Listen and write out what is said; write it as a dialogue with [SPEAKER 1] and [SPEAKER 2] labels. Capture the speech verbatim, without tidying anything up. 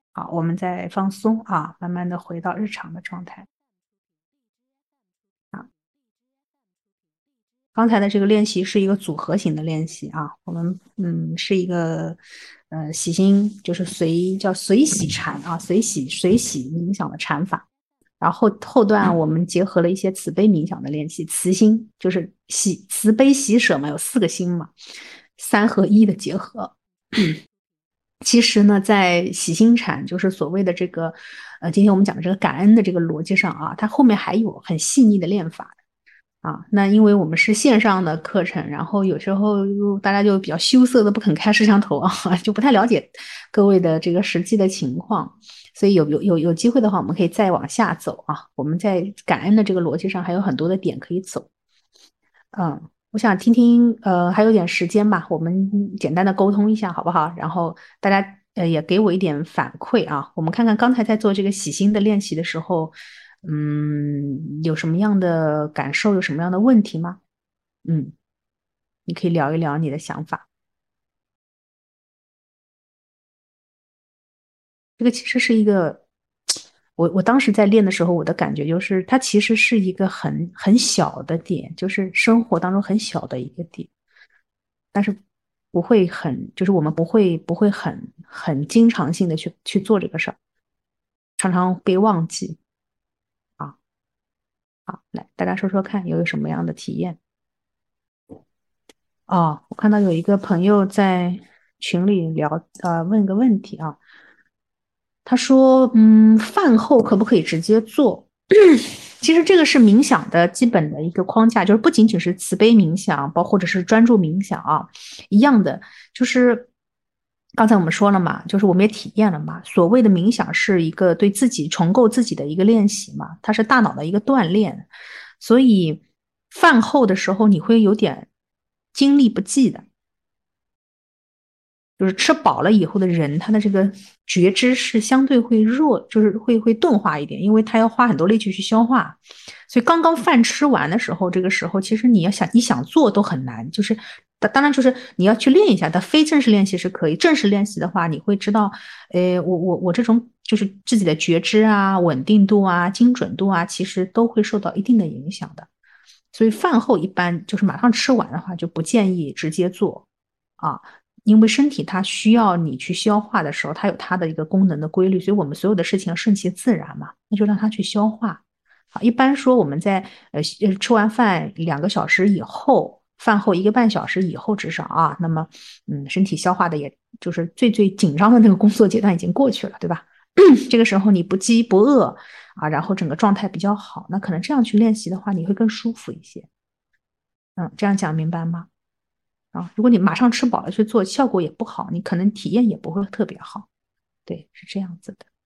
[SPEAKER 1] 好，我们再放松啊，慢慢的回到日常的状态。啊，刚才的这个练习是一个组合型的练习啊，我们嗯是一个呃喜心，就是随叫随喜禅啊，随喜随喜冥想的禅法。然后后段我们结合了一些慈悲冥想的练习，慈心就是喜慈悲喜舍嘛，有四个心嘛，三合一的结合。其实呢，在喜心禅，就是所谓的这个，呃，今天我们讲的这个感恩的这个逻辑上啊，它后面还有很细腻的练法啊。那因为我们是线上的课程，然后有时候大家就比较羞涩的不肯开摄像头啊，就不太了解各位的这个实际的情况，所以有有有有机会的话，我们可以再往下走啊。我们在感恩的这个逻辑上还有很多的点可以走。嗯，我想听听，呃，还有点时间吧，我们简单的沟通一下，好不好？然后大家呃也给我一点反馈啊，我们看看刚才在做这个喜心的练习的时候，嗯，有什么样的感受，有什么样的问题吗？嗯，你可以聊一聊你的想法。这个其实是一个，我我当时在练的时候，我的感觉就是，它其实是一个很很小的点，就是生活当中很小的一个点。但是不会很，就是我们不会不会很很经常性的去去做这个事儿，常常被忘记啊。好，来大家说说看，有什么样的体验？哦，我看到有一个朋友在群里聊，呃，问个问题啊，他说，嗯，饭后可不可以直接做？其实这个是冥想的基本的一个框架，就是不仅仅是慈悲冥想，包或者是专注冥想啊，一样的，就是刚才我们说了嘛，就是我们也体验了嘛，所谓的冥想是一个对自己重构自己的一个练习嘛，它是大脑的一个锻炼，所以饭后的时候你会有点精力不济的。就是吃饱了以后的人，他的这个觉知是相对会弱，就是会会钝化一点，因为他要花很多力气去消化。所以刚刚饭吃完的时候，这个时候其实你要想你想做都很难，就是当然就是你要去练一下，但非正式练习是可以。正式练习的话，你会知道，呃，我我我这种就是自己的觉知啊、稳定度啊、精准度啊，其实都会受到一定的影响的。所以饭后一般就是马上吃完的话，就不建议直接做啊，因为身体它需要你去消化的时候，它有它的一个功能的规律，所以我们所有的事情要顺其自然嘛，那就让它去消化。好，一般说我们在呃呃吃完饭两个小时以后，饭后一个半小时以后至少啊，那么嗯身体消化的也就是最最紧张的那个工作阶段已经过去了，对吧？这个时候你不饥不饿啊，然后整个状态比较好，那可能这样去练习的话，你会更舒服一些。嗯，这样讲明白吗？啊，如果你马上吃饱了去做，效果也不好，你可能体验也不会特别好。对，是这样子的。